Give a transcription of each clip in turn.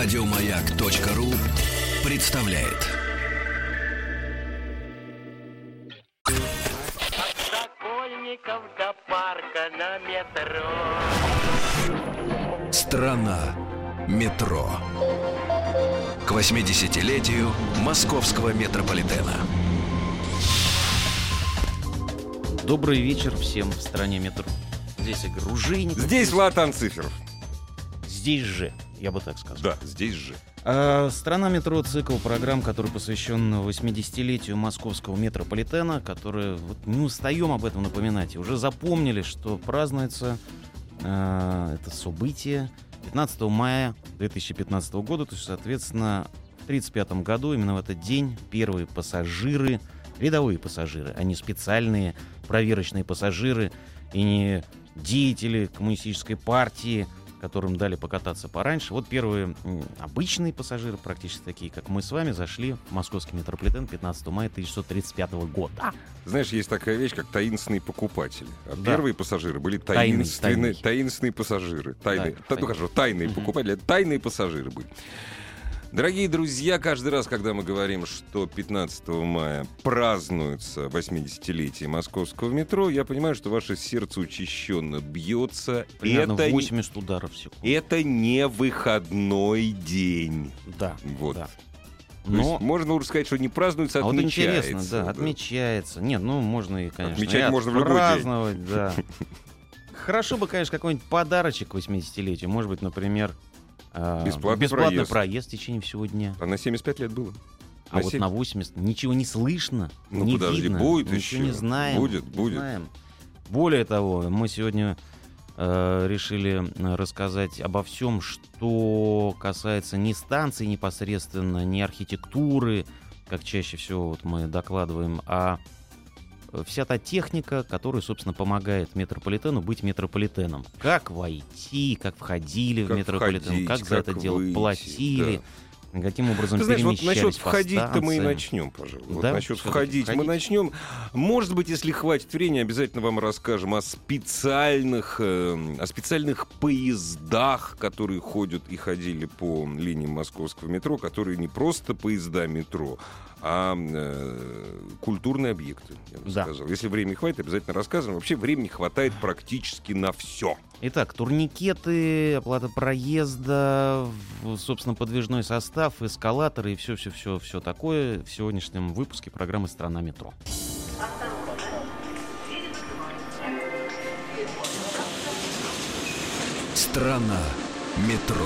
Радиомаяк.ру представляет. Сокольников до парка на метро. Страна метро. К 80-летию московского метрополитена. Добрый вечер всем в стране метро. Здесь Игорь Ружейников. Здесь Влад Анциферов. Здесь же, я бы так сказал. Да, здесь же. Страна метро — цикл программ, который посвящен 80-летию московского метрополитена, который, вот, не устаем об этом напоминать. И уже запомнили, что празднуется это событие 15 мая 2015 года. То есть, соответственно, в 1935 году, именно в этот день, первые пассажиры, рядовые пассажиры, а не специальные проверочные пассажиры и не деятели коммунистической партии, которым дали покататься пораньше. Вот первые обычные пассажиры, практически такие, как мы с вами, зашли в московский метрополитен 15 мая 1935 года. Знаешь, есть такая вещь, как таинственные покупатели. А Да. первые пассажиры были Тайные. таинственные пассажиры. Тайные Да, тайные покупатели, тайные пассажиры были. Дорогие друзья, каждый раз, когда мы говорим, что 15 мая празднуется 80-летие московского метро, я понимаю, что ваше сердце учащенно бьется. Примерно 80 ударов в секунду. Это не выходной день. Да, Вот. да. То есть Но... можно уже сказать, что не празднуется, А вот отмечается. интересно, да, отмечается. Нет, ну, можно и, конечно, Отмечать и можно в любой день. отпраздновать, да. Хорошо бы, конечно, какой-нибудь подарочек к 80-летию. Может быть, например, Бесплатный проезд в течение всего дня. А на 75 лет было. А вот на 80 ничего не слышно, Ну, не подожди, видно, будет ничего еще. не знаем. Будет. Знаем. Более того, мы сегодня решили рассказать обо всем, что касается не станции непосредственно, не архитектуры, как чаще всего вот мы докладываем, а вся та техника, которая, собственно, помогает метрополитену быть метрополитеном. Как войти, как входили Как в метрополитен, входить, как за это как дело выйти, платили, каким образом Ты знаешь, вот перемещались насчет по входить-то мы и станциям. начнем, пожалуй. Вот Да? насчет Всё-таки входить мы входить? начнем. Может быть, если хватит времени, обязательно вам расскажем о специальных поездах, которые ходят и ходили по линиям московского метро, которые не просто поезда метро, а культурные объекты, я бы сказал. Если времени хватит, обязательно расскажем. Вообще времени хватает практически на все. Итак, турникеты, оплата проезда, собственно, подвижной состав, эскалаторы и все такое в сегодняшнем выпуске программы «Страна метро». Страна метро.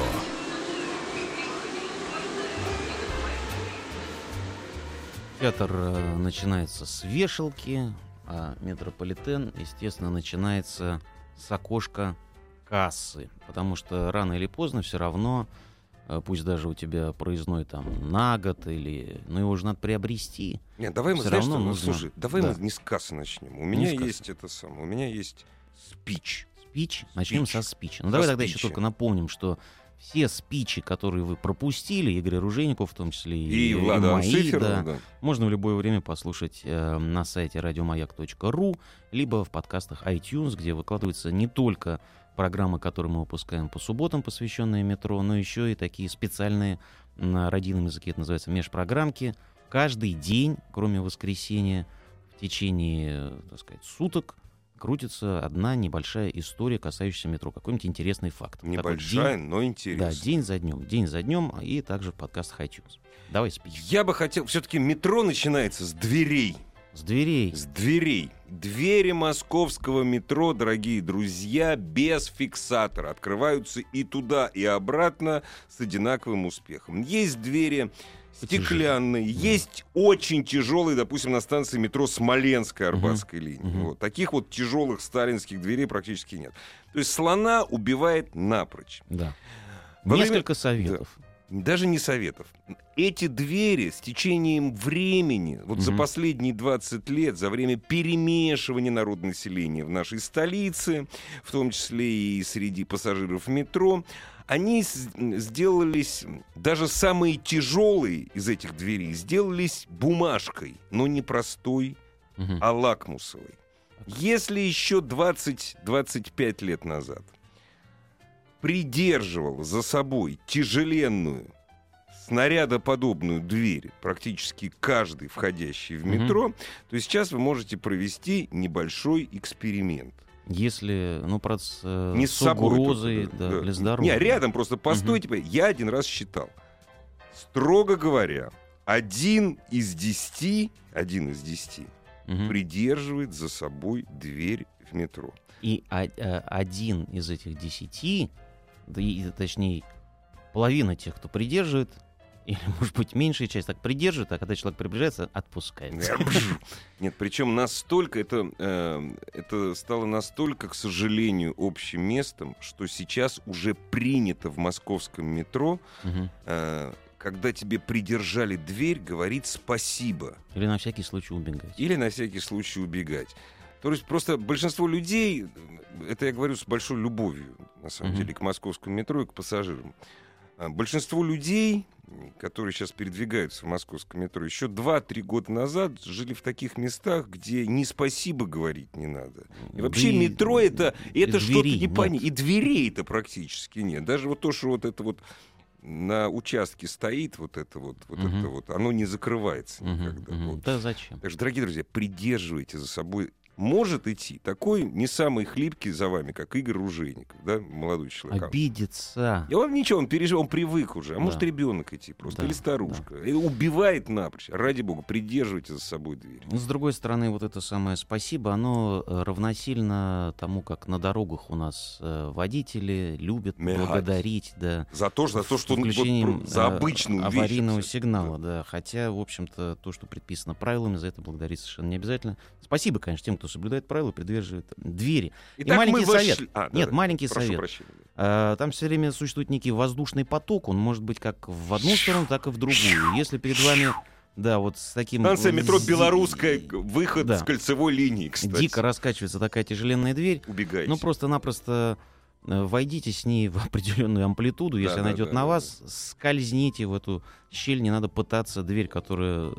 Театр начинается с вешалки, а метрополитен, естественно, начинается с окошка кассы, потому что рано или поздно все равно, пусть даже у тебя проездной там на год, или, но его же надо приобрести. Нет, давай мы, Всё знаешь, равно что, нужно. слушай, давай Да. мы не с кассы начнем. У Не меня с кассы. есть это самое, у меня есть спич. Спич? Начнем со спича. Ну, Со давай тогда еще спича. только напомним, что все спичи, которые вы пропустили, Игорь Ружейников в том числе, И Влада мои, Анциферова, да, да. можно в любое время послушать на сайте радиомаяк.ру, либо в подкастах iTunes, где выкладываются не только программы, которые мы выпускаем по субботам, посвященные метро, но еще и такие специальные, на родийном языке это называется, межпрограммки. Каждый день, кроме воскресенья, в течение, так сказать, суток крутится одна небольшая история, касающаяся метро, какой-нибудь интересный факт. Вот такой Небольшая, день, но интересная. да, день за днем, и также в подкастах iTunes. Давай спич. Я бы хотел... Все-таки метро начинается с дверей. С дверей. С дверей. Двери московского метро, дорогие друзья, без фиксатора. Открываются и туда, и обратно с одинаковым успехом. Есть двери стеклянные, есть очень тяжелые, допустим, на станции метро Смоленской Арбатской линии. Вот. Таких вот тяжелых сталинских дверей практически нет. То есть слона убивает напрочь. Да. Во время- Несколько советов. Даже не советов. Эти двери с течением времени, вот за последние 20 лет, за время перемешивания народонаселения в нашей столице, в том числе и среди пассажиров метро, они сделались, даже самые тяжелые из этих дверей, сделались бумажкой, но не простой, а лакмусовой. Если еще 20-25 лет назад придерживал за собой тяжеленную, снарядоподобную дверь практически каждый входящий в метро, то сейчас вы можете провести небольшой эксперимент. Если, правда, Не с с собой угрозой только, да. для здоровья. Не, рядом просто постойте. Я один раз считал. Строго говоря, один из 10 придерживает за собой дверь в метро. И один из этих 10, точнее, половина тех, кто придерживает, или, может быть, меньшая часть так придерживает, а когда человек приближается, отпускается. Нет, причем настолько это стало настолько, к сожалению, общим местом, что сейчас уже принято в московском метро, когда тебе придержали дверь, говорить спасибо. Или на всякий случай убегать. То есть просто большинство людей, это я говорю с большой любовью, на самом деле, к московскому метро и к пассажирам. Большинство людей, которые сейчас передвигаются в московском метро, еще 2-3 года назад жили в таких местах, где ни спасибо говорить не надо. И вообще метро это что-то непонятное. И дверей это практически нет. Даже вот то, что вот это вот на участке стоит, вот это вот, оно не закрывается никогда. Вот. Да зачем? Так что, дорогие друзья, придерживайте за собой. Может идти такой не самый хлипкий за вами, как Игорь Ружейников, да, молодой человек. Обидится. И он ничего, он привык уже. А может ребенок идти просто, или старушка. И убивает напрочь. Ради бога, придерживайте за собой дверь. С другой стороны, вот это самое спасибо, оно равносильно тому, как на дорогах у нас водители любят благодарить. Да, за то, что за обычную вещь. Аварийного сигнала, да. Хотя, в общем-то, то, что предписано правилами, за это благодарить совершенно не обязательно. Спасибо, конечно, тем, кто соблюдает правила, придерживает двери. Итак, и маленький совет. Маленький Прошу совет. прощения. Там все время существует некий воздушный поток. Он может быть как в одну сторону, так и в другую. Если перед вами, вот с таким... Станция метро «Белорусская», выход с кольцевой линии, кстати. Дико раскачивается такая тяжеленная дверь. Убегайте. Просто-напросто войдите с ней в определенную амплитуду. Если она идет на вас, скользните в эту щель. Не надо пытаться дверь, которая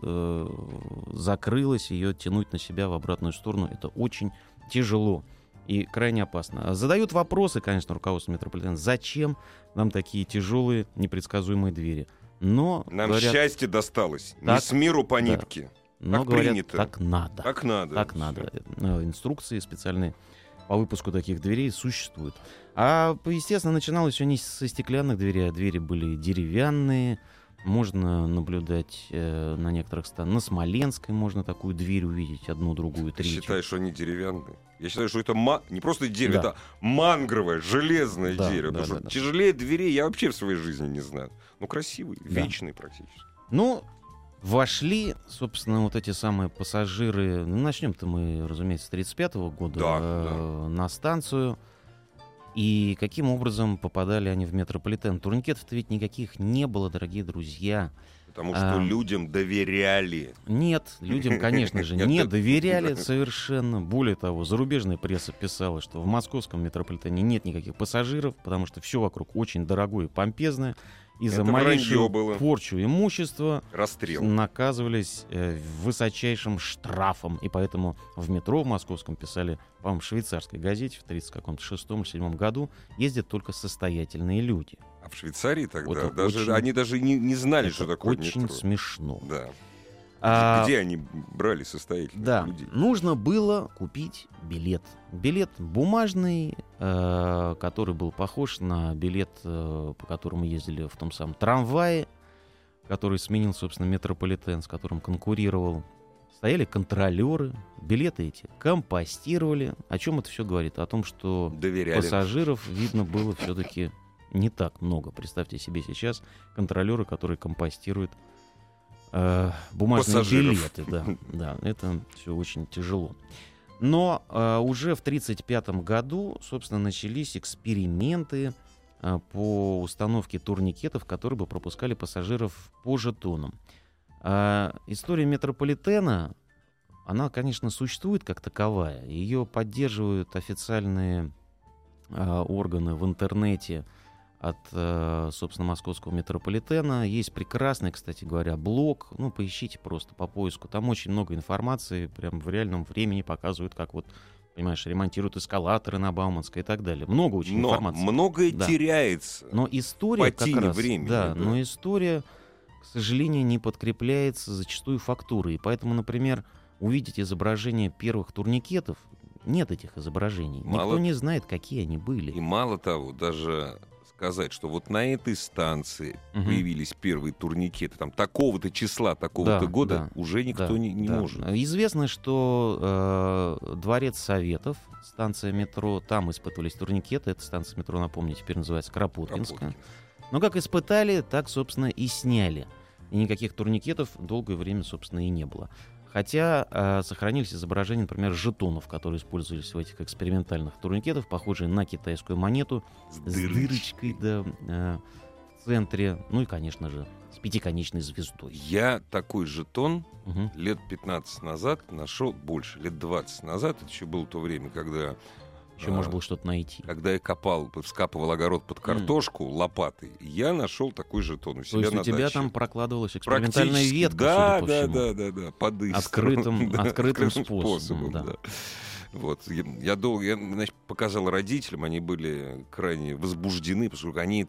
закрылась, ее тянуть на себя в обратную сторону. Это очень тяжело и крайне опасно. Задают вопросы, конечно, руководство метрополитена. Зачем нам такие тяжелые, непредсказуемые двери? Но, нам говорят, счастье досталось. Так, не с миру по нитке. Но, так говорят, принято. так надо. Так надо. Так надо. Инструкции специальные по выпуску таких дверей существуют. Естественно, начиналось все не со стеклянных дверей, а двери были деревянные. Можно наблюдать на некоторых станциях. На Смоленской можно такую дверь увидеть, одну, другую, Ты третью. считаешь, что они деревянные? Я считаю, что это не просто дерево, это мангровое, железное дерево. Потому что тяжелее дверей я вообще в своей жизни не знаю. Красивый, вечный практически. Вошли, собственно, вот эти самые пассажиры. Начнем-то мы, разумеется, с 1935 года на станцию. И каким образом попадали они в метрополитен? Турникетов-то ведь никаких не было, дорогие друзья. Потому что людям доверяли. Нет, людям, конечно же, не доверяли совершенно. Более того, зарубежная пресса писала, что в московском метрополитене нет никаких пассажиров, потому что все вокруг очень дорогое и помпезное. И за малейшую порчу имущества наказывались высочайшим штрафом. И поэтому в метро в московском писали, по-моему, в швейцарской газете в 1936-1937 году ездят только состоятельные люди. А в Швейцарии тогда они даже не знали, что такое очень метро. Смешно. Да. Где они брали состоятельных людей? Нужно было купить билет. Билет бумажный, который был похож на билет, по которому ездили в том самом трамвае, который сменил, собственно, метрополитен, с которым конкурировал. Стояли контролеры, билеты эти компостировали. О чем это все говорит? О том, что пассажиров, видно, было все-таки не так много. Представьте себе сейчас контролеры, которые компостируют бумажные билеты. Да, это все очень тяжело. Но уже в 1935 году, собственно, начались эксперименты по установке турникетов, которые бы пропускали пассажиров по жетонам. История метрополитена, она, конечно, существует как таковая. Ее поддерживают официальные органы в интернете от, собственно, московского метрополитена. Есть прекрасный, кстати говоря, блог. Поищите просто по поиску. Там очень много информации. Прям в реальном времени показывают, как вот Понимаешь, ремонтируют эскалаторы на Бауманской и так далее. Много очень Но информации. многое Да. теряется. Но история по как тени раз, времени, да, да. но история, к сожалению, не подкрепляется зачастую фактурой. И поэтому, например, увидеть изображение первых турникетов, нет этих изображений. Мало- Никто не знает, какие они были. И мало того, даже сказать, что вот на этой станции Мгм. появились первые турникеты, там, такого-то числа, такого-то Да, года, да, уже никто Да, не да. может. Известно, что Дворец Советов, станция метро, там испытывались турникеты. Эта станция метро, напомню, теперь называется Кропоткинская. Кропоткин. Но как испытали, так, собственно, и сняли. И никаких турникетов долгое время, собственно, и не было. Хотя сохранились изображения, например, жетонов, которые использовались в этих экспериментальных турникетах, похожие на китайскую монету с дырочкой, да, в центре. Ну и, конечно же, с пятиконечной звездой. Я такой жетон Мгм. лет 15 назад нашел, больше, лет 20 назад, это еще было то время, когда Еще можно было что-то найти. когда я вскапывал огород под картошку лопатой, я нашел такой жетон у То себя есть на у тебя даче. там прокладывалась экспериментальная Практически. ветка, Да, судя по да, всему. да, да, да, под искру. Открытым- Да, открытым способом, да. Вот. Я значит, показал родителям, они были крайне возбуждены, поскольку они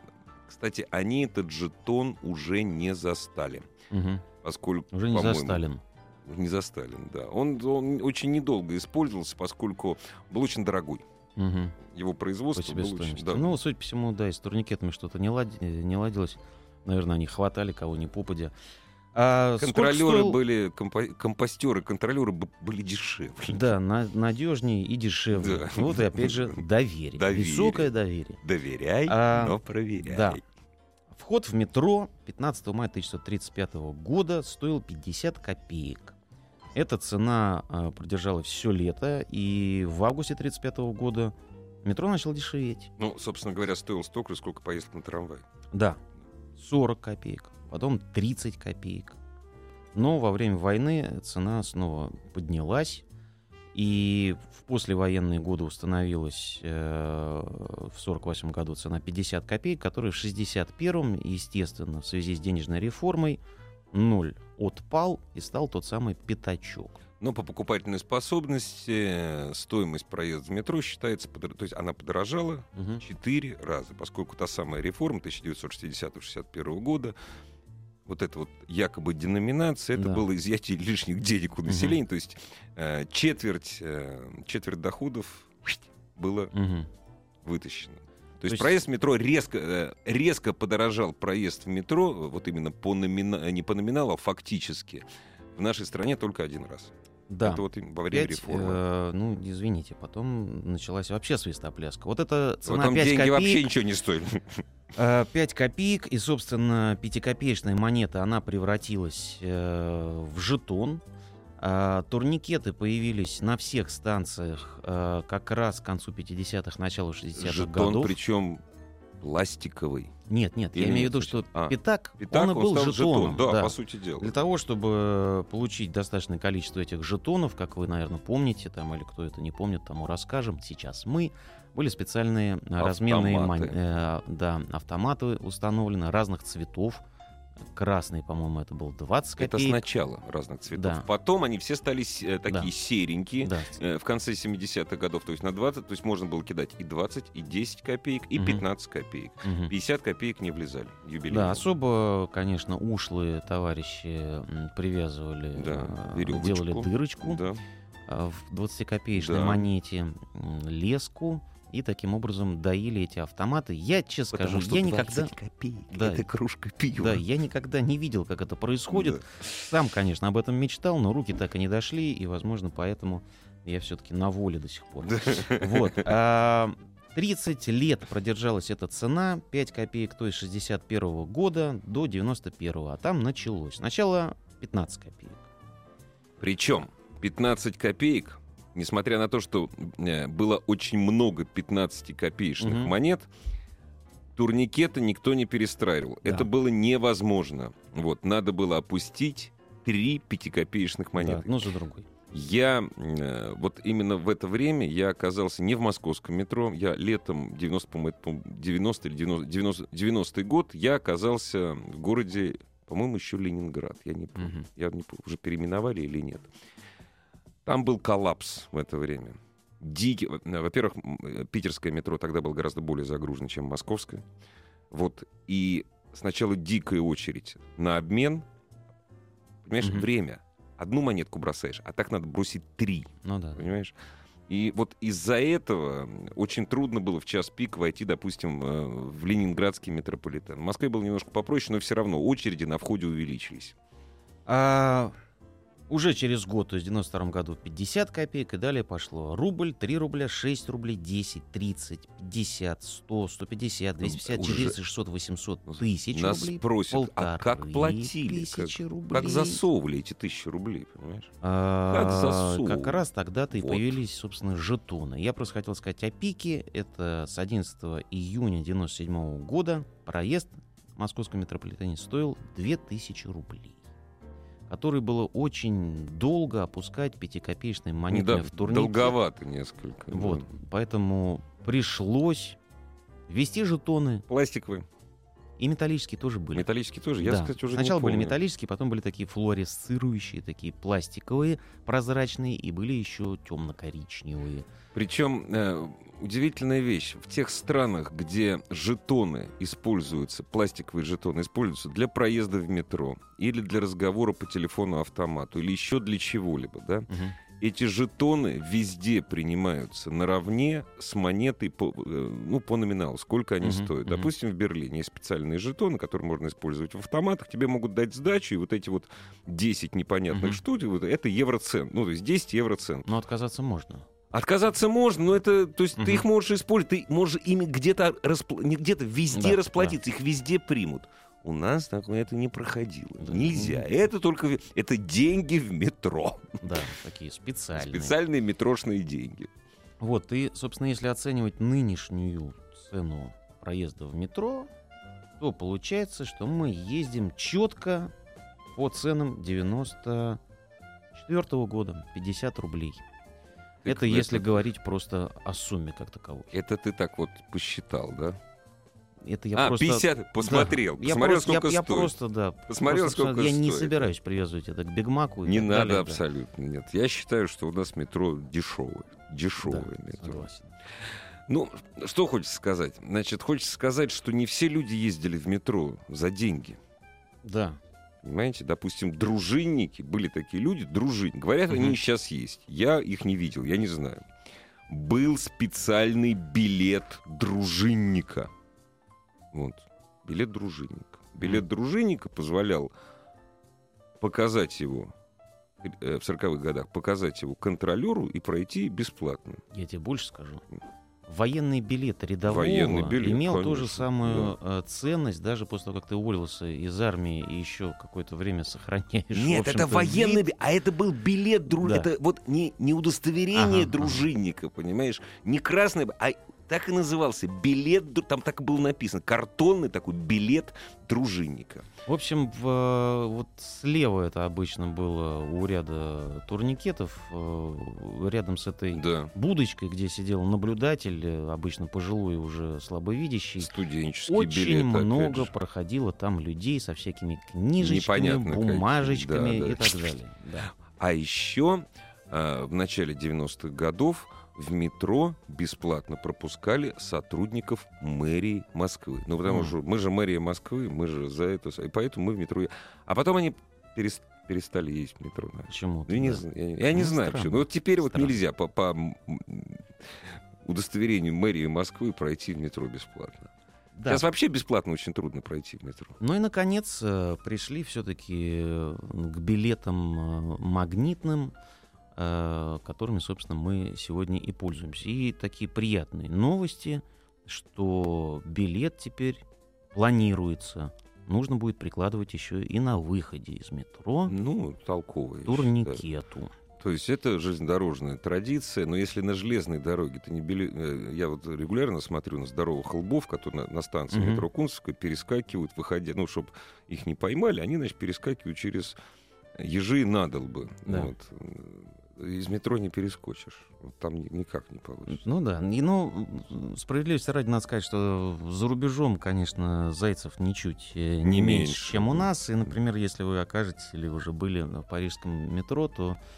этот жетон уже не застали. Мгм. Поскольку, Уже не за по-моему, Сталин. Не за Сталин, да. Он очень недолго использовался, поскольку был очень дорогой. Мгм. Его По производство было очень... себестоимости. Да. Ну, судя по всему, да, и с турникетами что-то не ладилось. Наверное, они хватали кого ни попадя. А сколько Контролеры стоил- были, компостеры, контролеры были дешевле. Да, надежнее и дешевле. Да. Вот и опять же доверие. Доверие. Высокое доверие. Доверяй, А, но проверяй. да. Вход в метро 15 мая 1935 года стоил 50 копеек. Эта цена продержалась все лето, и в августе 1935 года метро начало дешеветь. Ну, собственно говоря, стоил столько, сколько поездка на трамвай. Да, 40 копеек, потом 30 копеек. Но во время войны цена снова поднялась, и в послевоенные годы установилась в 1948 году цена 50 копеек, которая в 1961, естественно, в связи с денежной реформой, ноль отпал и стал тот самый пятачок. Но по покупательной способности стоимость проезда в метро считается, то есть она подорожала Мгм. 4 раза, поскольку та самая реформа 1960-61 года, вот эта вот якобы деноминация, это Да. было изъятие лишних денег у населения, то есть четверть доходов было Мгм. вытащено. То есть- есть проезд в метро резко подорожал проезд в метро, вот именно не по номиналу, а фактически, в нашей стране только один раз. Да. Это вот во время 5, реформы. ну, извините, потом началась вообще свистопляска. Вот эта цена Потом 5 деньги копеек. вообще ничего не стоили. 5 копеек, и, собственно, пятикопеечная монета, она превратилась в жетон. Турникеты появились на всех станциях как раз к концу 50-х, началу 60-х Жетон, годов. причем пластиковый. Нет, я Или имею в виду, нет, что а, пятак, Итак, он и был стал жетоном. жетон. Да, да. по сути дела. Для того, чтобы получить достаточное количество этих жетонов, как вы, наверное, помните, там, или кто это не помнит, тому расскажем сейчас мы, были специальные разменные автоматы установлены разных цветов. Красный, по-моему, это был 20 Это копеек. сначала разных цветов. Да. Потом они все стали такие Да. серенькие. Да. В конце 70-х годов, то есть на 20, то есть можно было кидать и 20, и 10 копеек, и Мгм. 15 копеек. Мгм. 50 копеек не влезали. Юбилей. Да, особо, конечно, ушлые товарищи привязывали, Да, веревочку. делали дырочку Да. в 20-копеечной Да. монете, леску, и таким образом доили эти автоматы. Я, честно скажу, я никогда... копеек Да. это кружка пива. Да, я никогда не видел, как это происходит. Сам, конечно, об этом мечтал, но руки так и не дошли, и, возможно, поэтому я все-таки на воле до сих пор. Вот. 30 лет продержалась эта цена, 5 копеек, то есть 61 года до 91-го, а там началось. Сначала 15 копеек. Причем 15 копеек, несмотря на то, что было очень много 15-копеечных Мгм. монет, турникеты никто не перестраивал. Да. Это было невозможно. Вот, надо было опустить 3 пятикопеечных монеты. Да, одну за другой. Я вот именно в это время я оказался не в московском метро. Я летом 90-й год я оказался в городе, по-моему, еще Ленинград. Я не помню. Мгм. Уже переименовали или нет. Там был коллапс в это время. дикий... Во-первых, питерское метро тогда было гораздо более загружено, чем московское. Вот. И сначала дикая очередь на обмен. Понимаешь, время. Одну монетку бросаешь, а так надо бросить 3. Ну да. Понимаешь? И вот из-за этого очень трудно было в час пик войти, допустим, в ленинградский метрополитен. В Москве было немножко попроще, но все равно очереди на входе увеличились. Уже через год, то есть в 92 году 50 копеек, и далее пошло рубль, 3 рубля, 6 рублей, 10, 30, 50, 100, 150, 250, 400, 600, 800, 1000 Нас рублей. просят, а как 1500 платили? рублей. Как засовывали эти 1000 рублей, понимаешь? Как засовывали? Как раз тогда-то и Вот. появились, собственно, жетоны. Я просто хотел сказать о пике. Это с 11 июня 97 года проезд в московском метрополитене стоил 2000 рублей. Который было очень долго опускать 5-копеечные монеты в турнике. Долговато несколько. Вот, поэтому пришлось ввести жетоны. Пластиковые. И металлические тоже были. Металлические тоже? Я, Да. кстати, уже Сначала не были помню. металлические, потом были такие флуоресцирующие, такие пластиковые, прозрачные, и были еще темно-коричневые. Причем удивительная вещь. В тех странах, где жетоны используются, пластиковые жетоны используются для проезда в метро или для разговора по телефону-автомату, или еще для чего-либо, да, эти жетоны везде принимаются наравне с монетой по номиналу, сколько они стоят. Допустим, в Берлине есть специальные жетоны, которые можно использовать в автоматах. Тебе могут дать сдачу, и вот эти вот 10 непонятных штук, вот, это евроцент. Ну, то есть 10 евроцент. Но отказаться можно. Отказаться можно, но это, то есть ты их можешь использовать, ты можешь ими где-то, не где-то, везде расплатиться, их везде примут. У нас такое это не проходило. Да. Нельзя. Это только это деньги в метро. Да, такие специальные. Специальные метрошные деньги. Вот, и, собственно, если оценивать нынешнюю цену проезда в метро, то получается, что мы ездим четко по ценам 94 года, 50 рублей. Это если говорить просто о сумме как таковой. Это ты так вот посчитал, да? Это я просто... 50, посмотрел. Да. Посмотрел, сколько я стоит. просто, да. Посмотрел, просто, сколько я стоит. не собираюсь привязывать это к Бигмаку. Не надо далее, абсолютно, нет. Я считаю, что у нас метро дешевое. Дешевое да, метро. согласен. Ну, что хочется сказать? Значит, хочется сказать, что не все люди ездили в метро за деньги. Да. Понимаете, допустим, дружинники, были такие люди, дружинники. Говорят, они сейчас есть. Я их не видел, я не знаю. Был специальный билет дружинника. Вот, билет дружинника. Билет дружинника позволял показать его в 40-х годах, показать его контролеру и пройти бесплатно. Я тебе больше скажу. Военный билет рядового Военный билет, имел конечно, ту же самую ценность, даже после того, как ты уволился из армии и еще какое-то время сохраняешь. Нет, в общем-то, это военный вид. билет, а это был билет дружинника. Да. Это вот не удостоверение дружинника, понимаешь? Не красный, а так и назывался билет, там так и было написано, картонный такой билет дружинника. В общем, вот слева это обычно было у ряда турникетов, рядом с этой Да. будочкой, где сидел наблюдатель, обычно пожилой уже слабовидящий. Студенческий Очень билет, много опять же. проходило там людей со всякими книжечками, Непонятно какие, бумажечками да, да. и так далее. Да. А еще в начале 90-х годов в метро бесплатно пропускали сотрудников мэрии Москвы. Ну, потому что мы же мэрия Москвы, мы же за это... И поэтому мы в метро... А потом они перестали ездить в метро. Почему? Я не знаю, почему. Но вот теперь вот нельзя по удостоверению мэрии Москвы пройти в метро бесплатно. Да. Сейчас вообще бесплатно очень трудно пройти в метро. Ну и, наконец, пришли все-таки к билетам магнитным, которыми, собственно, мы сегодня и пользуемся. И такие приятные новости, что билет теперь планируется. Нужно будет прикладывать еще и на выходе из метро Ну, толковые. турникету. То есть это железнодорожная традиция, но если на железной дороге ты не я вот регулярно смотрю на здоровых лбов, которые на станции метро Кунцевская перескакивают, выходя, ну, чтобы их не поймали, они, значит, перескакивают через ежи надолбы. Да. Вот. Из метро не перескочишь. Вот там никак не получится. Ну да. И, справедливости ради надо сказать, что за рубежом, конечно, зайцев ничуть не меньше, чем у нас. И, например, если вы окажетесь или уже были в парижском метро, то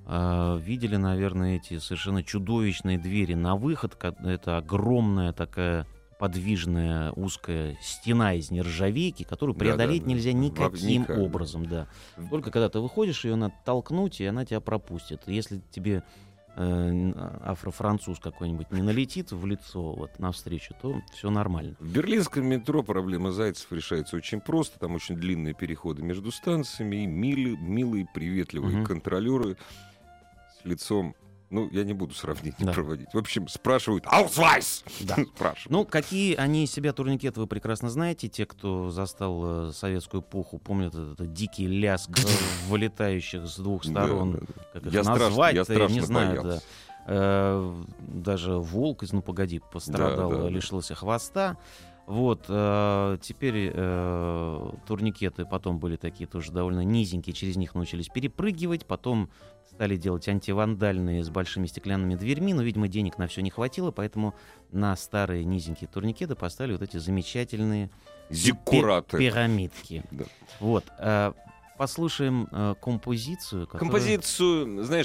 видели, наверное, эти совершенно чудовищные двери на выход. Это огромная такая подвижная узкая стена из нержавейки, которую преодолеть нельзя никаким образом. Да. Только когда ты выходишь, ее надо толкнуть, и она тебя пропустит. Если тебе афро-француз какой-нибудь не налетит в лицо вот, навстречу, то все нормально. В берлинском метро проблема зайцев решается очень просто. Там очень длинные переходы между станциями и милые, приветливые контролеры с лицом. Ну, я не буду сравнение проводить. В общем, спрашивают «Аусвайс!» Да. Ну, какие они из себя турникеты, вы прекрасно знаете. Те, кто застал советскую эпоху, помнят этот дикий лязг вылетающих с двух сторон. Как их назвать-то, я не знаю. Даже волк из «Ну, погоди» пострадал, лишился хвоста. Вот, теперь турникеты потом были такие тоже довольно низенькие, через них научились перепрыгивать, потом стали делать антивандальные с большими стеклянными дверьми, но, видимо, денег на все не хватило, поэтому на старые низенькие турникеты поставили вот эти замечательные пирамидки. Да. Вот, послушаем композицию. Композицию, знаешь,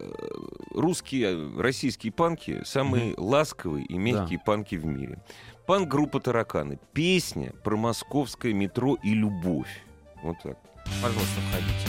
российские панки самые ласковые и мягкие панки в мире. Панк-группа «Тараканы». Песня про московское метро и любовь. Вот так. Пожалуйста, входите.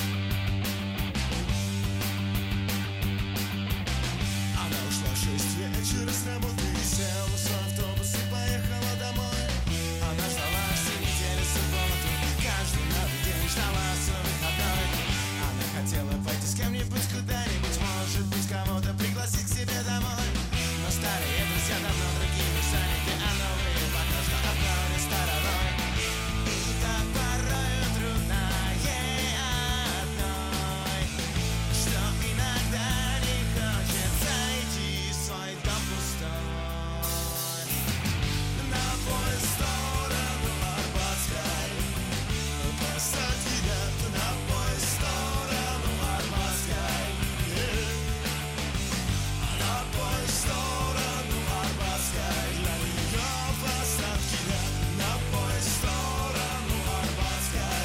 Она ушла в 6 вечера с работы и села в свой автобус и поехала домой. Она ждала все недели субботу, каждый новый день ждала свой выходной. Она хотела пойти с кем-нибудь куда-нибудь, может быть, кого-то пригласить к себе домой. Но старые друзья давно другими заняты, а новые пока что одной стороной. И так порою трудно ей одной, что иногда не хочется идти в свой дом пустой. На поезд в сторону Арбатской, посадки нет, на поезд в сторону Арбатской. На поезд в сторону Арбатской, для нее посадки нет, на поезд в сторону Арбатской.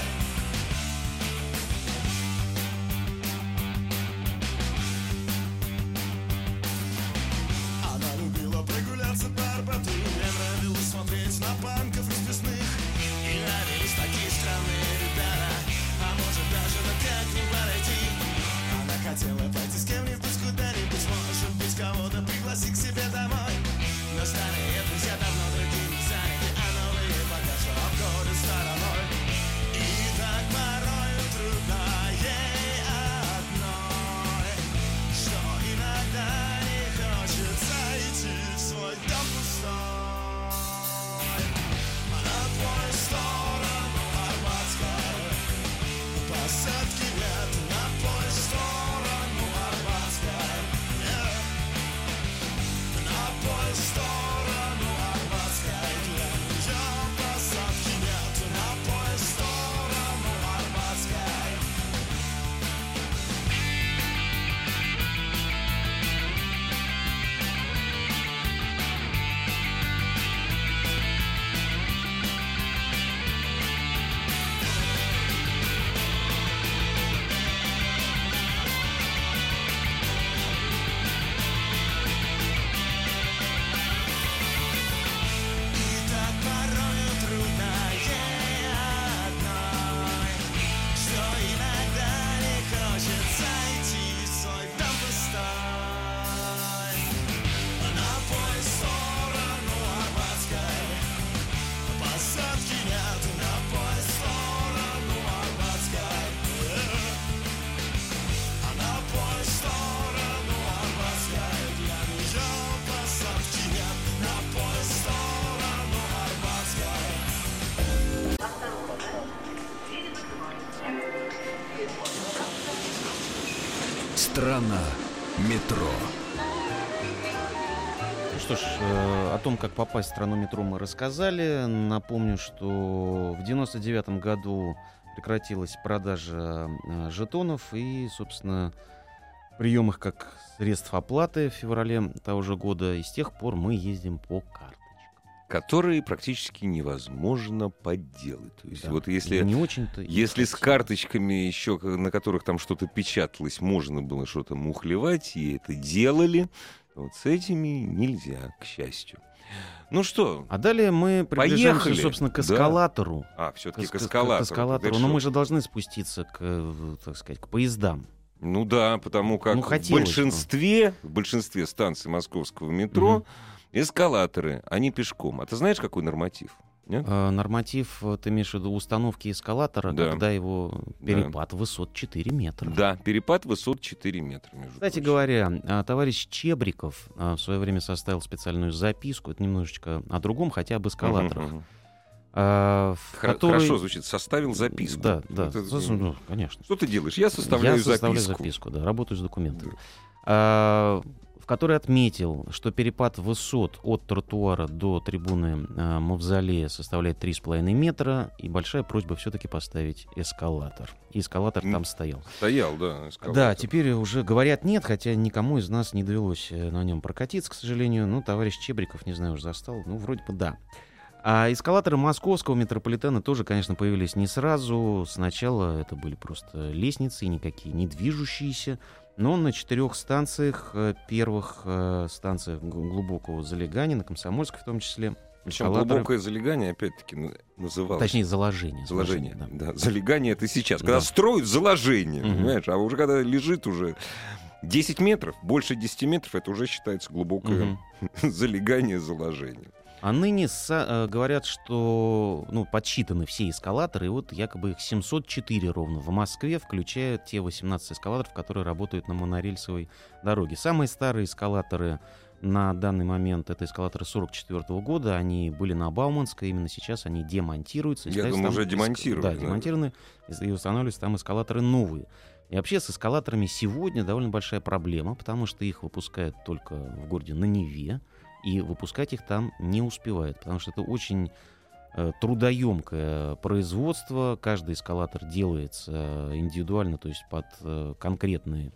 Она любила прогуляться по Арбату, мне нравилось смотреть на панков расписных. И нравились такие странные ребята, а может даже на как не подойти. Она хотела пойти с кем-нибудь куда-нибудь, может быть, кого-то пригласить к себе домой. Но старые друзья давно другими заняты, а новые пока что обходят стороной. И так порою трудно ей одной, что иногда не хочется идти в свой дом пустой. На поезд в сторону Арбатской, посадки нет, на поезд в сторону Арбатской. На поезд в сторону Арбатской, для нее посадки нет, на поезд в сторону Арбатской. И так порою трудно ей одной, что иногда не хочется идти в свой дом пустой. На поезд в сторону Арбатской, посадки нет, на поезд в сторону Арбатской. На поезд в сторону Арбатской, для нее посадки нет, на поезд в сторону Арбатской. Страна метро. Ну что ж, о том, как попасть в страну метро, мы рассказали. Напомню, что в 99-м году прекратилась продажа жетонов и, собственно, прием их как средств оплаты в феврале того же года. И с тех пор мы ездим по карточкам. которые практически невозможно подделать. То есть Да. вот если... Не очень-то и Если с хотелось. карточками еще, на которых там что-то печаталось, можно было что-то мухлевать, и это делали, вот с этими нельзя, к счастью. Ну что, А далее мы приближаемся, Поехали. собственно, к Да. эскалатору. все-таки к К эскалатору. эскалатору. Так Но что- мы же должны спуститься так сказать, к поездам. Ну да, потому как Ну, в хотелось большинстве станций московского метро эскалаторы, они пешком. А ты знаешь, какой норматив? Нет? Норматив, ты имеешь в виду установки эскалатора, Да. когда его перепад высот 4 метра. Да, перепад высот 4 метра, между Кстати прочим. говоря, товарищ Чебриков в свое время составил специальную записку, это немножечко о другом, хотя об эскалаторах. Мгм. в которой- Хорошо звучит, составил записку. Да, да, Это- ну, конечно. Что ты делаешь? Я составляю записку. записку, да, работаю с документами. В которой отметил, что перепад высот от тротуара до трибуны Мавзолея составляет 3,5 метра, и большая просьба все-таки поставить эскалатор. И эскалатор там стоял. Стоял, да, эскалатор. Да, теперь уже говорят нет, хотя никому из нас не довелось на нем прокатиться, к сожалению. Ну, товарищ Чебриков, не знаю, уже застал. Ну, вроде бы да. А эскалаторы московского метрополитена тоже, конечно, появились не сразу. Сначала это были просто лестницы, никакие не движущиеся. Но на 4 станциях, первых станциях глубокого залегания, на Комсомольской в том числе, Причем эскалаторы- глубокое залегание, опять-таки, называлось. Точнее, заложение. Заложение. Да. Да. Залегание это сейчас. Да. Когда строят заложение, Мгм. понимаешь? А уже когда лежит уже 10 метров, больше 10 метров, это уже считается глубокое Мгм. залегание, заложение. А ныне говорят, что подсчитаны все эскалаторы, и вот якобы их 704 ровно в Москве, включая те 18 эскалаторов, которые работают на монорельсовой дороге. Самые старые эскалаторы на данный момент — это эскалаторы 1944 года, они были на Бауманской, именно сейчас они демонтируются. и Я ставятся думаю, там уже демонтировали, Да, наверное. демонтированы, и устанавливаются там эскалаторы новые. И вообще с эскалаторами сегодня довольно большая проблема, потому что их выпускают только в городе на Неве, и выпускать их там не успевают, потому что это очень трудоемкое производство. Каждый эскалатор делается индивидуально, то есть под конкретную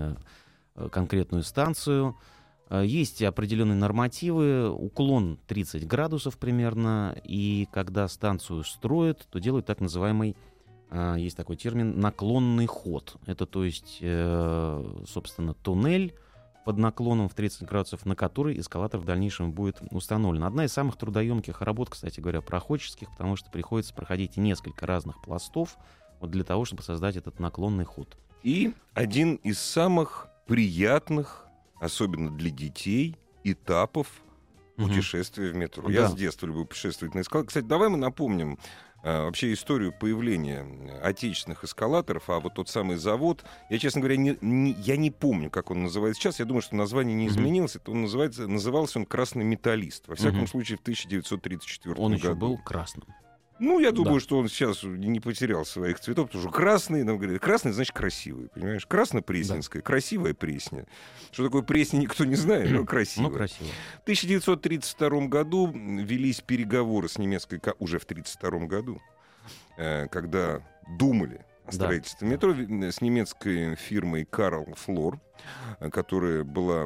станцию. Есть определенные нормативы, уклон 30 градусов примерно, и когда станцию строят, то делают так называемый, есть такой термин, наклонный ход. Это, то есть, собственно, туннель под наклоном в 30 градусов, на который эскалатор в дальнейшем будет установлен. Одна из самых трудоемких работ, кстати говоря, проходческих, потому что приходится проходить несколько разных пластов вот для того, чтобы создать этот наклонный ход. И один из самых приятных, особенно для детей, этапов путешествия в метро. Я Да. с детства люблю путешествовать на эскалаторах. Кстати, давай мы напомним вообще историю появления отечественных эскалаторов, а вот тот самый завод, я, честно говоря, я не помню, как он называется сейчас, я думаю, что название не изменилось, это он назывался он «Красный металлист», во всяком случае, в 1934 Он году. еще был красным. Ну, я думаю, Да. что он сейчас не потерял своих цветов, потому что красный, нам говорят, красный значит красивый, понимаешь? Красно-пресненская, красивая Пресня. Что такое Пресня, никто не знает, но красивая. Ну, красиво. В 1932 году велись переговоры с немецкой, уже в 1932 году, когда думали о Да. строительстве метро, с немецкой фирмой Карл Флор, которая была,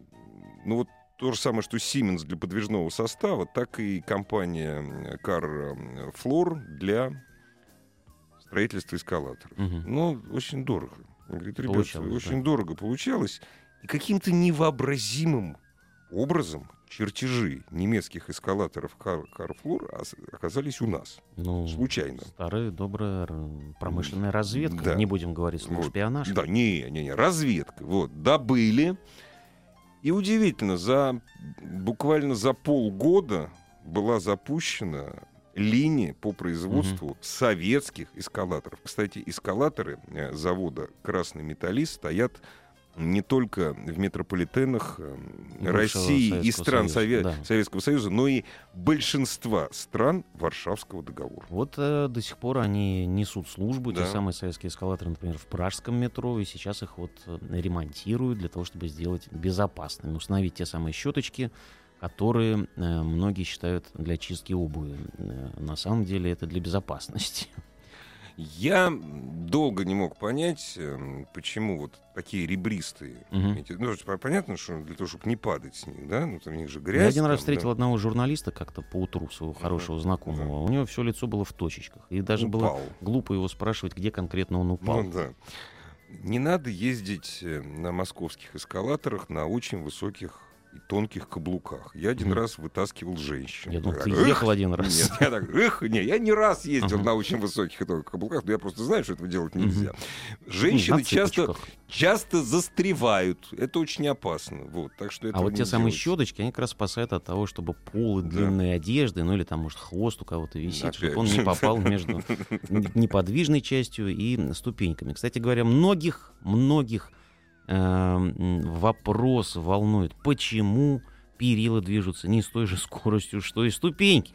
ну вот, то же самое, что Siemens для подвижного состава, так и компания Карл Флор для строительства эскалаторов. Мгм. Ну, очень дорого. Он говорит, ребят, Получалось, очень дорого получалось. И каким-то невообразимым образом чертежи немецких эскалаторов Карфлор оказались у нас. Ну, Случайно. старая добрая промышленная разведка. Да. Не будем говорить слово Вот. шпионаж. Да, не, разведка. Вот, добыли. И удивительно, буквально за полгода была запущена линия по производству советских эскалаторов. Кстати, эскалаторы завода «Красный металлист» стоят не только в метрополитенах России и стран Советского Союза, но и большинства стран Варшавского договора. Вот до сих пор они несут службу, Да. те самые советские эскалаторы, например, в пражском метро, и сейчас их вот ремонтируют для того, чтобы сделать безопасными, установить те самые щеточки, которые многие считают для чистки обуви. На самом деле это для безопасности. Я долго не мог понять, почему вот такие ребристые. Понятно, что для того, чтобы не падать с них, да? Ну, там у них же грязь. Я один раз там, встретил да. одного журналиста как-то поутру, своего хорошего знакомого. У него все лицо было в точечках. И даже было глупо его спрашивать, где конкретно он упал. Ну, да. Не надо ездить на московских эскалаторах на очень высоких и тонких каблуках. Я один раз вытаскивал женщину. Я думал, ты ехал один раз. Нет, я так, я не раз ездил на очень высоких и тонких каблуках, но я просто знаю, что этого делать нельзя. Женщины часто застревают. Это очень опасно. Вот, так что а вот те самые щеточки, они как раз спасают от того, чтобы полы длинной одежды, ну или там, может, хвост у кого-то висит, чтобы он не попал между неподвижной частью и ступеньками. Кстати говоря, многих вопрос волнует, почему перила движутся не с той же скоростью, что и ступеньки.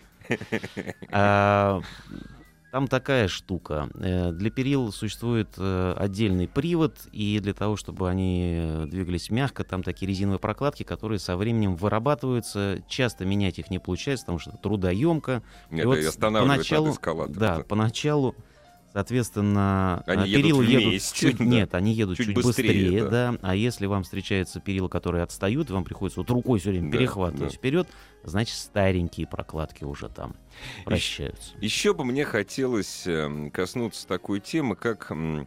Там такая штука. Для перил существует отдельный привод, и для того, чтобы они двигались мягко, там такие резиновые прокладки, которые со временем вырабатываются. Часто менять их не получается, потому что это трудоемко. Нет, и останавливает от эскалатора. Да, поначалу, соответственно, они перила едут вместе, да. Нет, они едут чуть быстрее, да. А если вам встречаются перила, которые отстают, вам приходится вот рукой все время перехватывать вперед, значит, старенькие прокладки уже там прощаются. Еще бы мне хотелось коснуться такой темы, как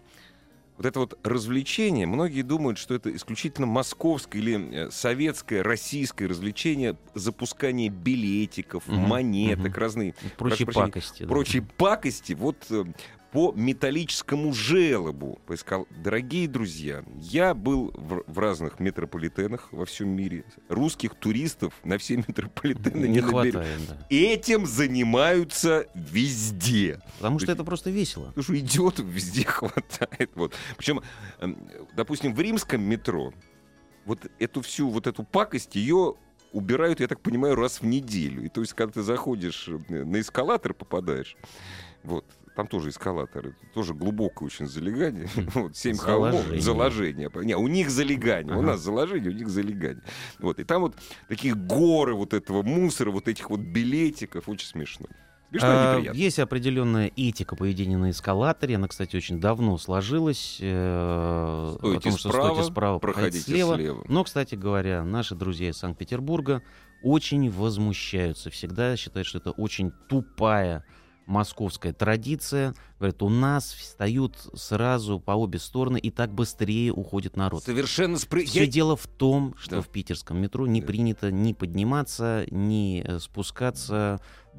вот это вот развлечение. Многие думают, что это исключительно московское или советское, российское развлечение, запускание билетиков, монеток, разные прочие пакости. Прочие пакости. Вот по металлическому желобу. Дорогие друзья, я был в разных метрополитенах во всем мире. Русских туристов на все метрополитены не хватает. Да. Этим занимаются везде. Потому что это просто весело. Потому что идиотов везде хватает. Вот. Причем, допустим, в римском метро вот эту всю вот эту пакость, ее убирают, я так понимаю, раз в неделю. И то есть, когда ты заходишь на эскалатор, попадаешь, вот, там тоже эскалаторы, тоже глубокое очень залегание. 7 холмов, заложение. Не, у них залегание. У нас заложение, у них залегание. Вот, и там вот такие горы вот этого мусора, вот этих вот билетиков. Очень смешно. Есть определенная этика поведения на эскалаторе. Она, кстати, очень давно сложилась. Стойте справа, проходите слева. Но, кстати говоря, наши друзья из Санкт-Петербурга очень возмущаются. Всегда считают, что это очень тупая московская традиция. Говорят, у нас встают сразу по обе стороны, и так быстрее уходит народ. Совершенно Все дело в том, что в питерском метро не принято ни подниматься, ни спускаться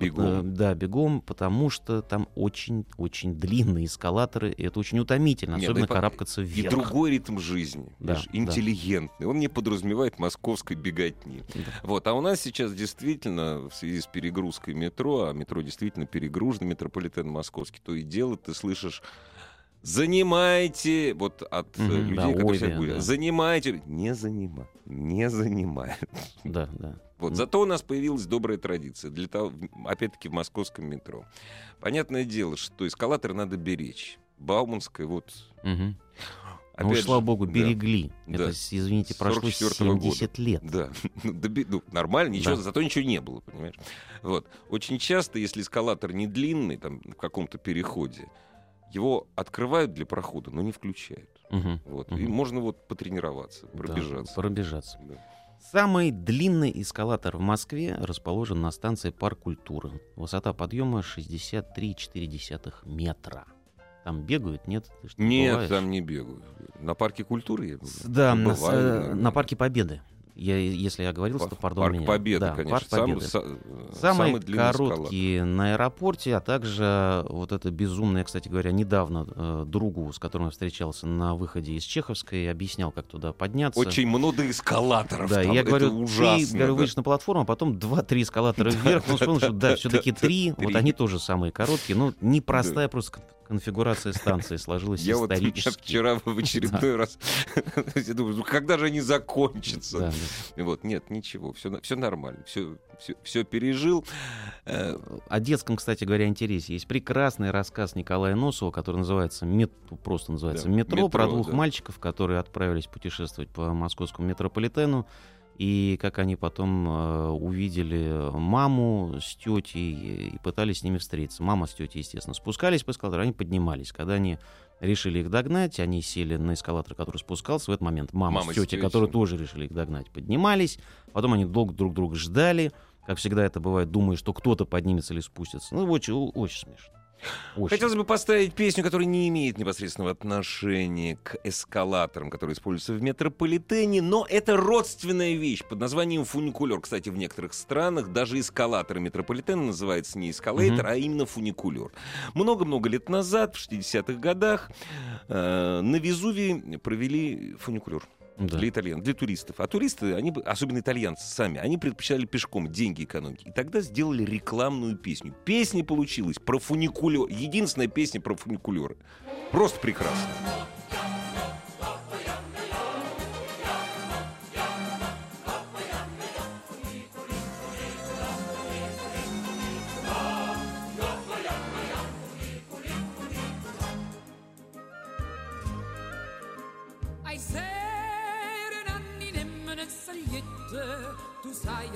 бегом, потому что там очень-очень длинные эскалаторы, и это очень утомительно, особенно карабкаться вверх. И другой ритм жизни, интеллигентный. Он не подразумевает московской беготни. Вот. А у нас сейчас действительно, в связи с перегрузкой метро, а метро действительно перегружено, метрополитен московский, то и дело ты слышишь: занимайте, вот от людей, которые сейчас говорят, занимайте, не занимает. Да. Вот. Зато у нас появилась добрая традиция, для того, опять-таки, в московском метро. Понятное дело, что эскалатор надо беречь. Бауманская, вот... Ну, слава богу, берегли. Это, извините, прошло 70 лет. Да, нормально, ничего, зато ничего не было, понимаешь? Вот. Очень часто, если эскалатор не длинный, там, в каком-то переходе, его открывают для прохода, но не включают. Вот. И можно вот потренироваться, пробежаться. Да. Самый длинный эскалатор в Москве расположен на станции Парк культуры. Высота подъема 63,4 метра. Там бегают, нет? Нет, бываешь? Там не бегают. На Парке культуры я был. Да, на Парке Победы. Если я говорил, что пардон меня. Парк Победы, конечно. Парк Победы. Самый короткий на аэропорте, а также вот это безумное, кстати говоря, недавно другу, с которым я встречался на выходе из Чеховской, объяснял, как туда подняться. Очень много эскалаторов. Да, там. Я говорю, это ужасно. Ты выйдешь на платформу, а потом 2-3 эскалатора вверх. Ну, вспомнил, что все-таки 3, вот они тоже самые короткие, но непростая просто конфигурация станции сложилась исторически. Я вчера в очередной раз думаю, когда же они закончатся? Вот, нет, ничего, все нормально, все пережил. О детском, кстати говоря, интересе. Есть прекрасный рассказ Николая Носова, который называется просто называется «Метро», про двух мальчиков, которые отправились путешествовать по московскому метрополитену. и как они потом увидели маму с тетей и пытались с ними встретиться. Мама с тетей, естественно, спускались по эскалатору, они поднимались. Когда они решили их догнать, они сели на эскалатор, который спускался. В этот момент мама с тетей, которые тоже решили их догнать, поднимались. Потом они долго друг друга ждали. Как всегда это бывает, думая, что кто-то поднимется или спустится. Ну, очень, очень смешно. Очень. Хотелось бы поставить песню, которая не имеет непосредственного отношения к эскалаторам, которые используются в метрополитене, но это родственная вещь под названием фуникулер. Кстати, в некоторых странах даже эскалаторы метрополитена называются не эскалейтор, а именно фуникулер. Много-много лет назад, в 60-х годах, на Везувии провели фуникулер. Да. Для туристов. А туристы, особенно итальянцы сами, они предпочитали пешком деньги экономить. И тогда сделали рекламную песню. Песня получилась про фуникулер. Единственная песня про фуникулеры. Просто прекрасно. Tu sai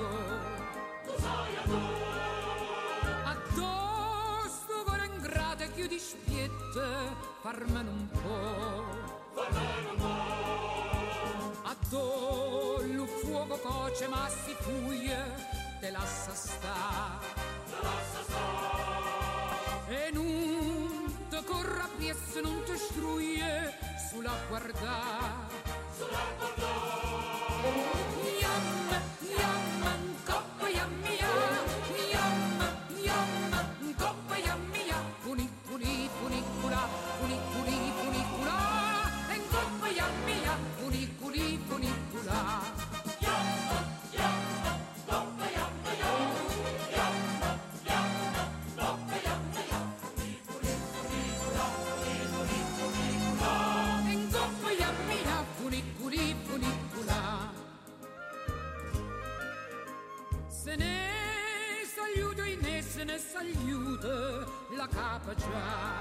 addosso con ingrate chiudi spiette farmene un po' addo lo fuoco coce ma si fuie te lascia sta e non te corra presso non te struie sulla guarda la capa già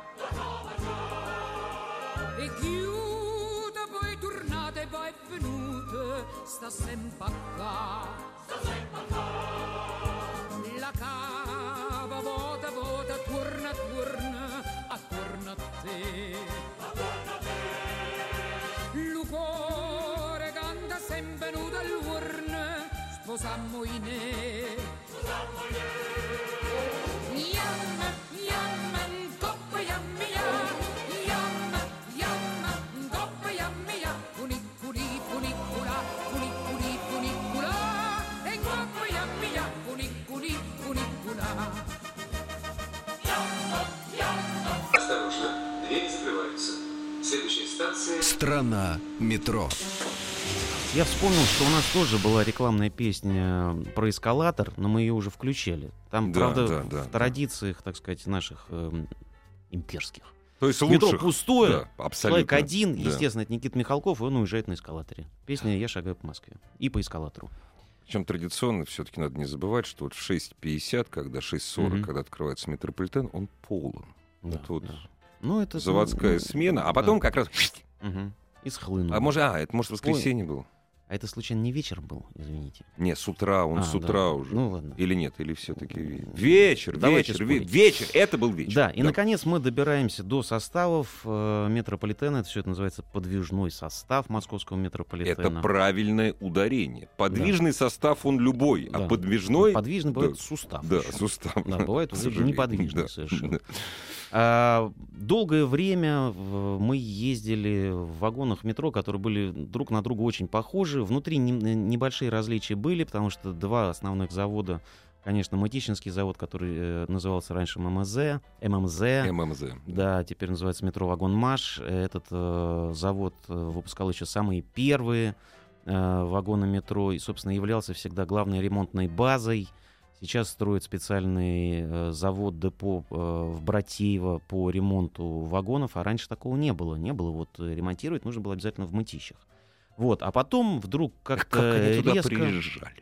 e chiude poi tornate poi venute sta sempre qua la capa vota torna attorno a te il cuore canta sempre nudo all'urne sposammo in Страна метро. Я вспомнил, что у нас тоже была рекламная песня про эскалатор, но мы ее уже включали. Там, правда, в традициях, так сказать, наших имперских. То есть метро лучших. пустое, Да, абсолютно. человек один, Да. естественно, это Никита Михалков, и он уезжает на эскалаторе. Песня «Я шагаю по Москве» и по эскалатору. Причем традиционно все-таки надо не забывать, что вот в 6:50, когда 6:40, когда открывается метрополитен, он полон. Да, это вот да. Ну, это заводская смена, а потом как раз... И схлынул. Это может воскресенье было? А это, случайно, не вечер был, извините? Не, с утра, с утра уже. Ну, ладно. Или нет, или все-таки вечер, это был вечер. Да, и, наконец, мы добираемся до составов метрополитена. Это все это называется подвижной состав московского метрополитена. Это правильное ударение. Подвижный состав, он любой, а подвижной... Подвижный бывает сустав. Да, еще. сустав. Да, бывает уже неподвижный совершенно. Да. Долгое время мы ездили в вагонах метро, которые были друг на друга очень похожи. Внутри небольшие различия были, потому что два основных завода, конечно, Мытищинский завод, который назывался раньше ММЗ. Да, теперь называется метро-вагон-маш. Этот завод выпускал еще самые первые вагоны метро и, собственно, являлся всегда главной ремонтной базой. Сейчас строят специальный завод-депо в Братеево по ремонту вагонов, а раньше такого не было. Не было, вот ремонтировать нужно было обязательно в Мытищах. Вот, а потом вдруг как-то как они туда резко... приезжали?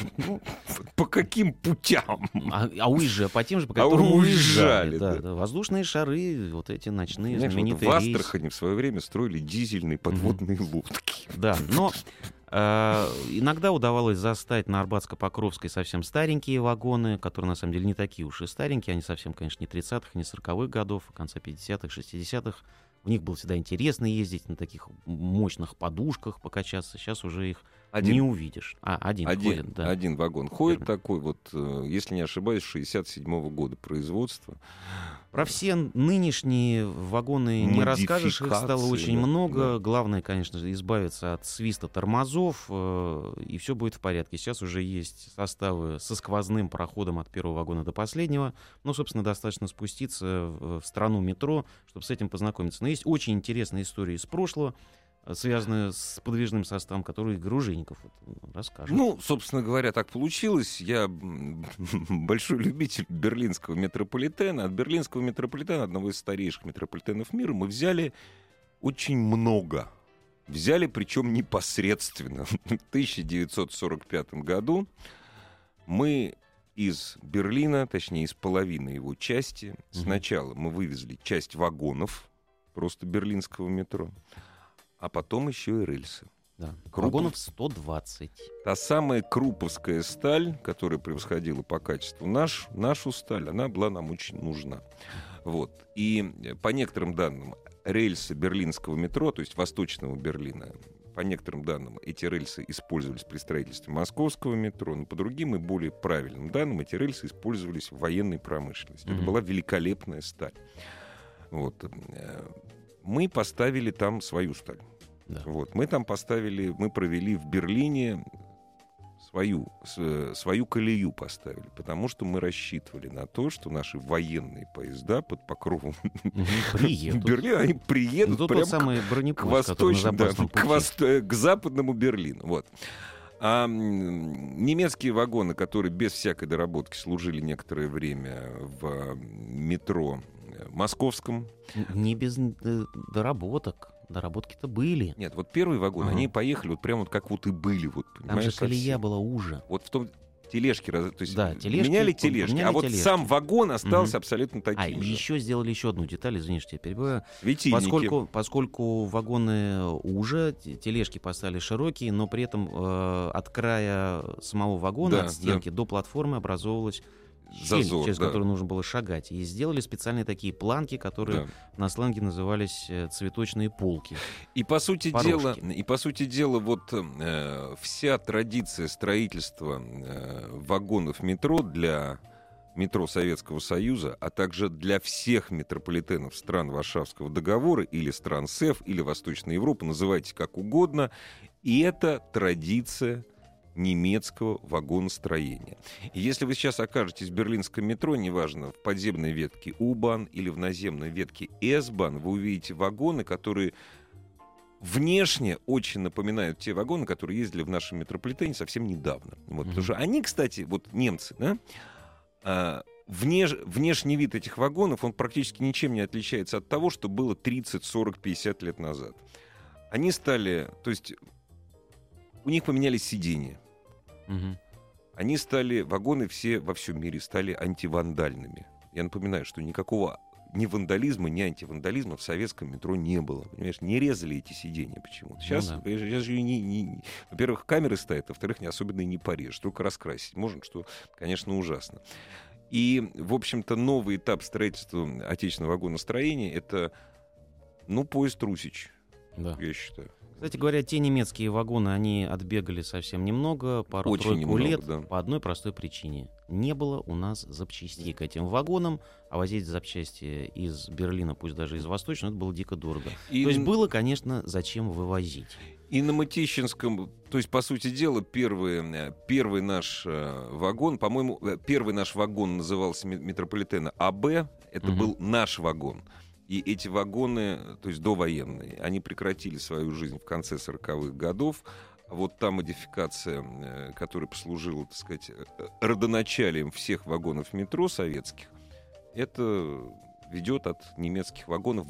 По каким путям? По тем же, по которым уезжали. да. Да, воздушные шары, вот эти ночные Знаешь, знаменитые в рейсы. Астрахани в свое время строили дизельные подводные лодки. Да, но Иногда удавалось застать на Арбатско-Покровской совсем старенькие вагоны, которые на самом деле не такие уж и старенькие. Они совсем, конечно, не 30-х, не 40-х годов, а конца 50-х, 60-х. В них было всегда интересно ездить, на таких мощных подушках покачаться. Сейчас уже их не увидишь. Один ходит, да. Один вагон ходит Верно. такой, вот, если не ошибаюсь, 67-го года производства. Про все нынешние вагоны не расскажешь, их стало Модификации, очень да, много. да. Главное, конечно же, избавиться от свиста тормозов, и все будет в порядке. Сейчас уже есть составы со сквозным проходом от первого вагона до последнего. Ну, собственно, достаточно спуститься в страну метро, чтобы с этим познакомиться. Но есть очень интересные истории из прошлого, связанные с подвижным составом, которые Гружинников расскажет. Ну, собственно говоря, так получилось. Я большой любитель берлинского метрополитена. От берлинского метрополитена, одного из старейших метрополитенов мира, мы взяли очень много. Взяли, причем непосредственно. В 1945 году мы из Берлина, точнее, из половины его части, сначала мы вывезли часть вагонов просто берлинского метро, а потом еще и рельсы. Да. Крупов. Вагонов 120. Та самая круповская сталь, которая превосходила по качеству нашу сталь, она была нам очень нужна. Вот. И по некоторым данным, рельсы берлинского метро, то есть восточного Берлина, по некоторым данным, эти рельсы использовались при строительстве московского метро, но по другим и более правильным данным, эти рельсы использовались в военной промышленности. Это была великолепная сталь. Вот. Мы поставили там свою сталь. Да. Вот. Мы провели в Берлине свою колею поставили, потому что мы рассчитывали на то, что наши военные поезда под покровом Приедут. Берлина, они приедут Тот прямо самый к бронепоезд, который на восточному, да, запасном пути. к западному Берлину. Вот. А немецкие вагоны, которые без всякой доработки служили некоторое время в метро московском. Не без доработок. Доработки-то были. Нет, вот первые вагоны, Ага. они поехали вот прямо вот как вот и были. Вот, Там же понимаешь, колея совсем. была уже. Вот в том тележки, то есть Да, тележки, меняли тележки, поменяли а вот тележки. сам вагон остался Мгм. абсолютно таким И же. еще сделали еще одну деталь, извини, что я перебиваю. Светильники. Поскольку вагоны уже, тележки поставили широкие, но при этом от края самого вагона, Да, от стенки до платформы образовывалась щель, Зазор, через да. которую нужно было шагать. И сделали специальные такие планки, которые Да. на сленге назывались цветочные полки. И по сути Порожки. дела, вот вся традиция строительства вагонов метро для метро Советского Союза, а также для всех метрополитенов стран Варшавского договора или стран СЭФ, или Восточной Европы, называйте как угодно, и это традиция немецкого вагоностроения. И если вы сейчас окажетесь в берлинском метро, неважно, в подземной ветке У-Bahn или в наземной ветке С-Bahn, вы увидите вагоны, которые внешне очень напоминают те вагоны, которые ездили в нашем метрополитене совсем недавно. Вот, потому что они, кстати, вот немцы, да, внешний вид этих вагонов, он практически ничем не отличается от того, что было 30, 40, 50 лет назад. Они стали, то есть у них поменялись сиденья. Мгм. Они стали, вагоны все во всем мире стали антивандальными. Я напоминаю, что никакого ни вандализма, ни антивандализма в советском метро не было. Понимаешь, не резали эти сиденья почему-то. Сейчас, да. сейчас же во-первых, камеры стоят, а во-вторых, не особенно и не порежешь, только раскрасить можно, что, конечно, ужасно. И, в общем-то, новый этап строительства отечественного вагоностроения — это, поезд Русич, Да. я считаю. Кстати говоря, те немецкие вагоны, они отбегали совсем немного, Очень пару-тройку немного, лет, да. по одной простой причине. Не было у нас запчастей к этим вагонам, а возить запчасти из Берлина, пусть даже из Восточного, это было дико дорого. И То есть было, конечно, зачем вывозить. И на Мытищинском, то есть, по сути дела, первый наш вагон, по-моему, первый наш вагон назывался метрополитена АБ, это Мгм. был наш вагон. И эти вагоны, то есть довоенные, они прекратили свою жизнь в конце 40-х годов. Вот та модификация, которая послужила, так сказать, родоначалием всех вагонов метро советских, это ведет от немецких вагонов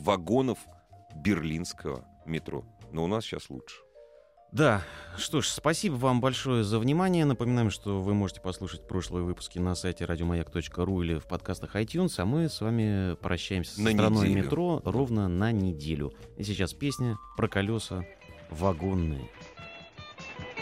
берлинского метро. Но у нас сейчас лучше. Да, что ж, спасибо вам большое за внимание. Напоминаем, что вы можете послушать прошлые выпуски на сайте радиомаяк.ру или в подкастах iTunes, а мы с вами прощаемся со На страной неделю. метро ровно на неделю. И сейчас песня про колеса вагонные.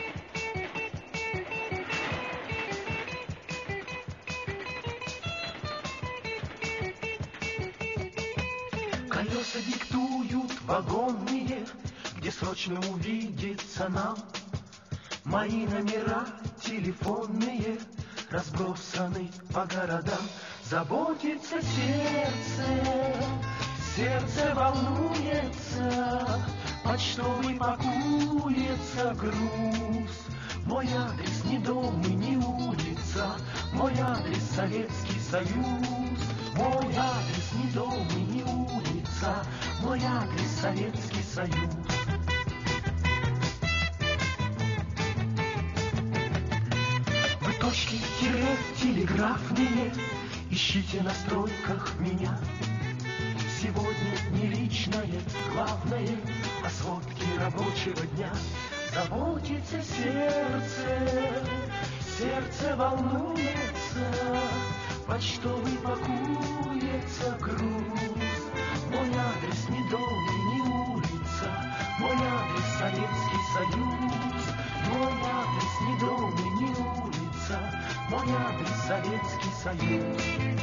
Колеса диктуют вагонные, где срочно увидеться нам. Мои номера телефонные разбросаны по городам. Заботится сердце, сердце волнуется, почтовый пакуется груз. Мой адрес не дом и не улица, мой адрес Советский Союз. Мой адрес не дом и не улица, мой адрес Советский Союз. Вы точки тире телеграфные ищите на стройках меня. Сегодня не личное, главное о сводке рабочего дня. Заботится сердце, сердце волнуется, почтовый пакуется груз. Мой адрес не дом и не улица, мой адрес Советский Союз. Мой адрес не дом и не улица, мой адрес Советский Союз.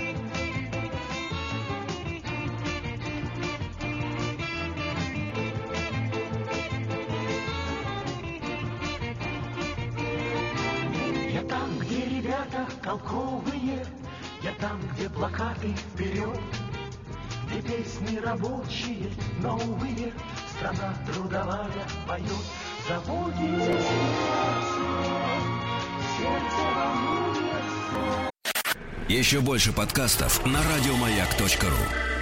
Я там, где ребята толковые, я там, где плакаты вперед, где песни рабочие, новые, страна трудовая поет. Заботится сердце волнуется. Еще больше подкастов на радиомаяк.ру.